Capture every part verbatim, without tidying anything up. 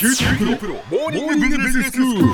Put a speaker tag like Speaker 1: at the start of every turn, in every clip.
Speaker 1: キューティープロモーニングビジネススクール。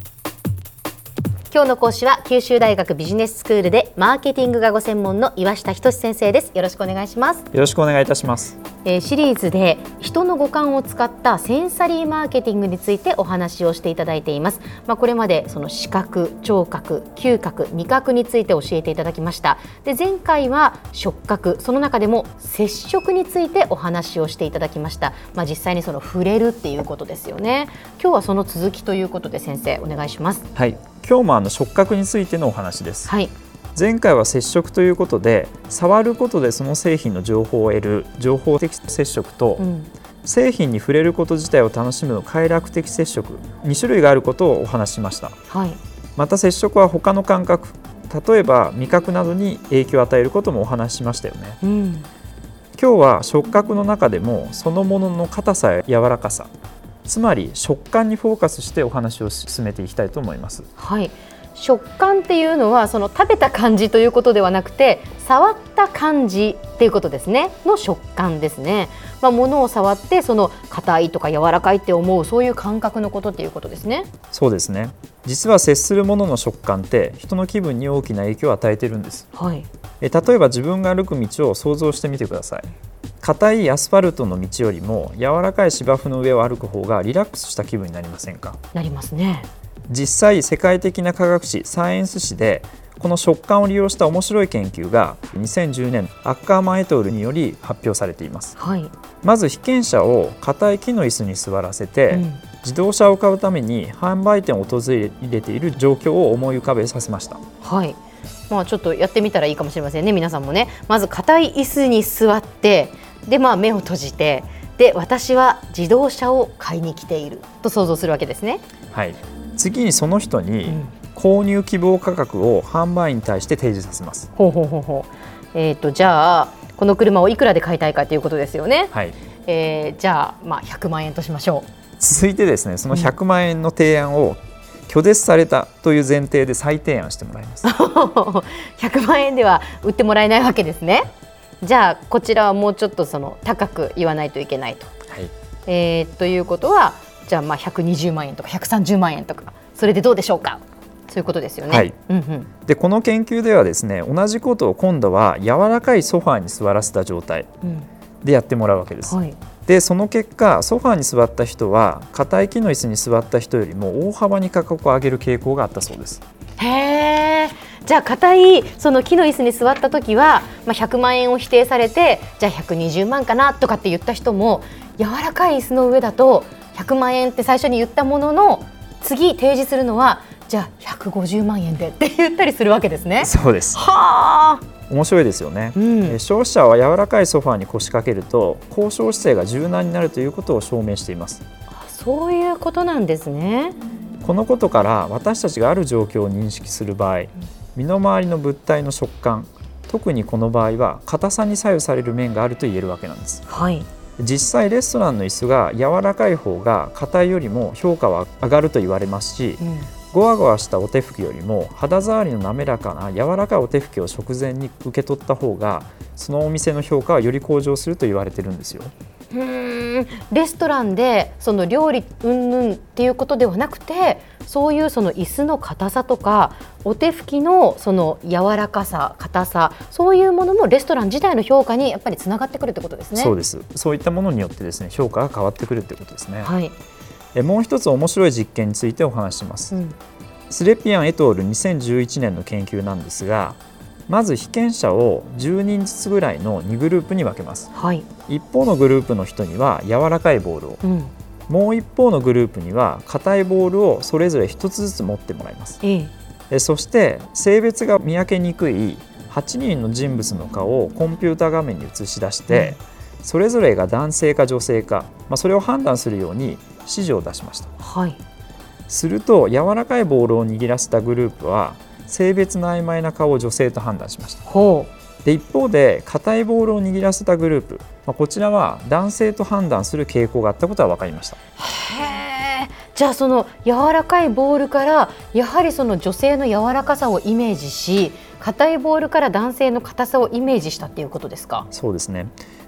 Speaker 2: 今日の講師は九州大学ビジネススクールでマーケティングがご専門の岩下仁先生です。よろしくお願いします。
Speaker 3: よろしくお願いいたします。
Speaker 2: えー、シリーズで人の五感を使ったセンサリーマーケティングについてお話をしていただいています。まあ、これまでその視覚、聴覚、嗅覚、味覚について教えていただきました。で、前回は触覚、その中でも接触についてお話をしていただきました。まあ、実際にその触れるっていうことですよね。今日はその続きということで先生お願いします。
Speaker 3: はい、今日もあの触覚についてのお話です。
Speaker 2: はい、
Speaker 3: 前回は接触ということで触ることでその製品の情報を得る情報的接触と、うん、製品に触れること自体を楽しむの快楽的接触、に種類があることをお話ししました。
Speaker 2: はい、
Speaker 3: また接触は他の感覚、例えば味覚などに影響を与えることもお話ししましたよね。
Speaker 2: うん、
Speaker 3: 今日は触覚の中でもそのものの硬さや柔らかさ、つまり食感にフォーカスしてお話を進めていきたいと思います。
Speaker 2: はい、食感っていうのはその食べた感じということではなくて触った感じっていうことですねの食感ですね。まあ、物を触ってその硬いとか柔らかいって思うそういう感覚のことっていうことですね。
Speaker 3: そうですね。実は接するものの食感って人の気分に大きな影響を与えているんです。
Speaker 2: はい、
Speaker 3: え例えば自分が歩く道を想像してみてください。硬いアスファルトの道よりも柔らかい芝生の上を歩く方がリラックスした気分になりませんか？
Speaker 2: なりますね。
Speaker 3: 実際世界的な科学誌サイエンス誌でこの食感を利用した面白い研究がにせんじゅうねんアッカーマンエトールにより発表されています。
Speaker 2: はい、
Speaker 3: まず被験者を硬い木の椅子に座らせて、うん、自動車を買うために販売店を訪れている状況を思い浮かべさせました。
Speaker 2: はい、まあ、ちょっとやってみたらいいかもしれませんね。皆さんもね、まず硬い椅子に座ってで、まあ、目を閉じてで私は自動車を買いに来ていると想像するわけですね。
Speaker 3: はい、次にその人に購入希望価格を販売員に対して提示させます。
Speaker 2: ほうほうほうほう。えーと、じゃあこの車をいくらで買いたいかということですよね。
Speaker 3: はい、
Speaker 2: えー、じゃあ、まあ、ひゃくまんえんとしましょう。
Speaker 3: 続いてですね、そのひゃくまんえんの提案を拒絶されたという前提で再提案してもらいます。
Speaker 2: ひゃくまんえんでは売ってもらえないわけですね。じゃあこちらはもうちょっとその高く言わないといけないと。
Speaker 3: はい、
Speaker 2: えー、ということはじゃあまあひゃくにじゅうまんえんとかひゃくさんじゅうまんえんとかそれでどうでしょうか。そういうことですよね。
Speaker 3: はい、
Speaker 2: うんうん、
Speaker 3: でこの研究ではですね、同じことを今度は柔らかいソファーに座らせた状態でやってもらうわけです。
Speaker 2: うん、はい、
Speaker 3: でその結果ソファーに座った人は硬い木の椅子に座った人よりも大幅に価格を上げる傾向があったそうです。
Speaker 2: へー、じゃあ硬いその木の椅子に座った時は、まあ、ひゃくまんえんを否定されてじゃあひゃくにじゅうまんかなとかって言った人も柔らかい椅子の上だとひゃくまんえんって最初に言ったものの次提示するのはじゃあひゃくごじゅうまんえんでって言ったりするわけですね。
Speaker 3: そうです。
Speaker 2: はー、
Speaker 3: 面白いですよね。
Speaker 2: うん、
Speaker 3: 消費者は柔らかいソファーに腰掛けると交渉姿勢が柔軟になるということを証明しています。
Speaker 2: あ、そういうことなんですね。
Speaker 3: このことから私たちがある状況を認識する場合、身の回りの物体の食感、特にこの場合は硬さに左右される面があると言えるわけなんです。
Speaker 2: はい、
Speaker 3: 実際レストランの椅子が柔らかい方が硬いよりも評価は上がると言われますし、うん、ゴワゴワしたお手拭きよりも肌触りの滑らかな柔らかいお手拭きを食前に受け取った方がそのお店の評価はより向上すると言われてるんですよ。
Speaker 2: うーん、レストランでその料理うんぬんっていうことではなくてそういうその椅子の硬さとかお手拭きのその柔らかさ、硬さ、そういうものもレストラン自体の評価にやっぱりつながってくるってことですね。
Speaker 3: そうです。そういったものによってですね、評価が変わってくるってことですね。
Speaker 2: はい、
Speaker 3: えもう一つ面白い実験についてお話しします。うん、スレピアン・エトールにせんじゅういちねんの研究なんですが、まず被験者をじゅうにんずつぐらいのにグループに分けます。
Speaker 2: はい、
Speaker 3: 一方のグループの人には柔らかいボールを、うん、もう一方のグループには硬いボールをそれぞれ一つずつ持ってもらいます。
Speaker 2: え
Speaker 3: えそして性別が見分けにくいはちにんの人物の顔をコンピューター画面に映し出して、うん、それぞれが男性か女性か、まあ、それを判断するように指示を出しました。
Speaker 2: はい、
Speaker 3: すると柔らかいボールを握らせたグループは性別の曖昧な顔を女性と判断しました。
Speaker 2: ほう。
Speaker 3: で一方で硬いボールを握らせたグループ、まあ、こちらは男性と判断する傾向があったことは分かりました。
Speaker 2: へー、じゃあその柔らかいボールからやはりその女性の柔らかさをイメージし硬いボールから男性の硬さをイメージしたっていうことですか？
Speaker 3: そうですね。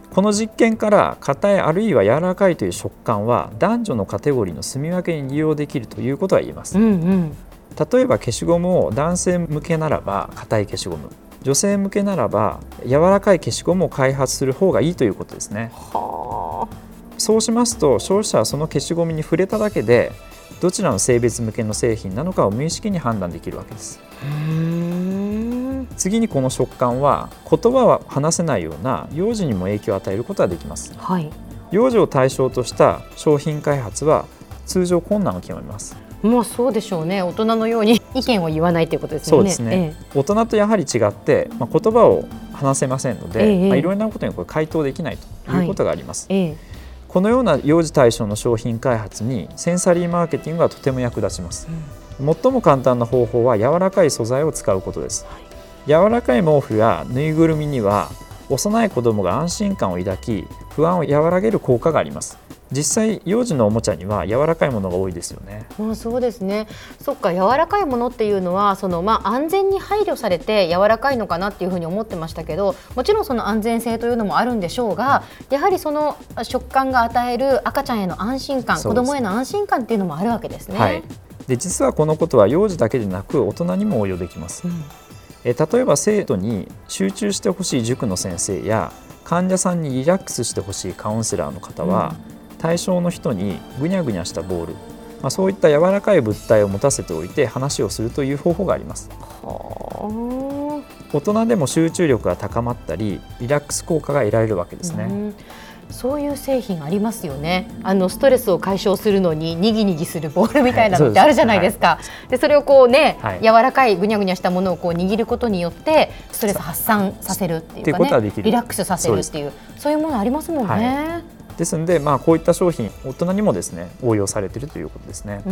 Speaker 3: この実験から硬いあるいは柔らかいという食感は男女のカテゴリーの住み分けに利用できるということは言えます、
Speaker 2: うんうん、
Speaker 3: 例えば消しゴムを男性向けならば硬い消しゴム、女性向けならば柔らかい消しゴムを開発する方がいいということですね。
Speaker 2: はあ、
Speaker 3: そうしますと消費者はその消しゴムに触れただけでどちらの性別向けの製品なのかを無意識に判断できるわけです。
Speaker 2: うーん、
Speaker 3: 次にこの食感は言葉は話せないような幼児にも影響を与えることができます。
Speaker 2: はい、
Speaker 3: 幼児を対象とした商品開発は通常困難を極めます。
Speaker 2: もうそうでしょうね。大人のように意見を言わないということですよね。
Speaker 3: そうですね、ええ、大人とやはり違って、まあ、言葉を話せませんので、ええまあ、いろいろなことにこれ回答できないということがあります、はいええ、このような幼児対象の商品開発にセンサリーマーケティングはとても役立ちます、うん、最も簡単な方法は柔らかい素材を使うことです、はい、柔らかい毛布やぬいぐるみには幼い子どもが安心感を抱き不安を和らげる効果があります。実際幼児のおもちゃには柔らかいものが多いですよね。
Speaker 2: まあ、そうですね。そっか、柔らかいものっていうのはその、まあ、安全に配慮されて柔らかいのかなっていうふうに思ってましたけど、もちろんその安全性というのもあるんでしょうが、やはりその食感が与える赤ちゃんへの安心感、子どもへの安心感っていうのもあるわけですね、はい、
Speaker 3: で実はこのことは幼児だけでなく大人にも応用できます、うん、え例えば生徒に集中してほしい塾の先生や患者さんにリラックスしてほしいカウンセラーの方は、うん対象の人にぐにゃぐにゃしたボール、まあ、そういった柔らかい物体を持たせておいて話をするという方法があります。はあ、大人でも集中力が高まったりリラックス効果が得られるわけですね。うん、
Speaker 2: そういう製品ありますよね。あのストレスを解消するのににぎにぎするボールみたいなのってあるじゃないですか、はい、でそれをこうね、はい、柔らかいぐにゃぐにゃしたものをこう握ることによってストレス発散させるっていうかね、リラックスさせるっていう、そういうものありますもんね。はい、
Speaker 3: ですので、まあ、こういった商品大人にもですね応用されているということですね。
Speaker 2: うん、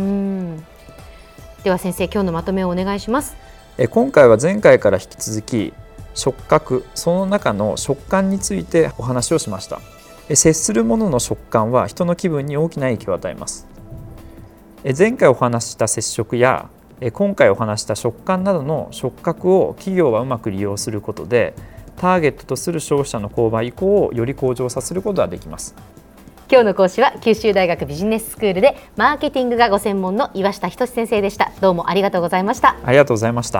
Speaker 2: では先生、今日のまとめをお願いします。
Speaker 3: え今回は前回から引き続き触覚、その中の食感についてお話をしました。え接するものの食感は人の気分に大きな影響を与えます。え前回お話しした接触やえ今回お話した食感などの触覚を企業はうまく利用することでターゲットとする消費者の購買意向をより向上させることができます。
Speaker 2: 今日の講師は九州大学ビジネススクールでマーケティングがご専門の岩下仁先生でした。どうもありがとうございました。
Speaker 3: ありがとうございました。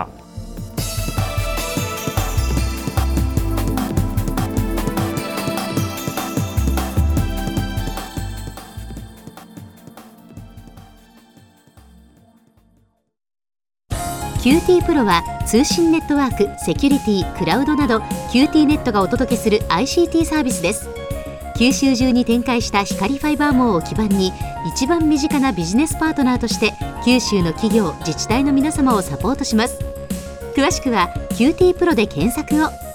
Speaker 4: キューティー プロは通信ネットワーク、セキュリティ、クラウドなど キューティー ネットがお届けする アイシーティー サービスです。九州中に展開した光ファイバー網を基盤に一番身近なビジネスパートナーとして九州の企業、自治体の皆様をサポートします。詳しくは キューティー プロで検索を。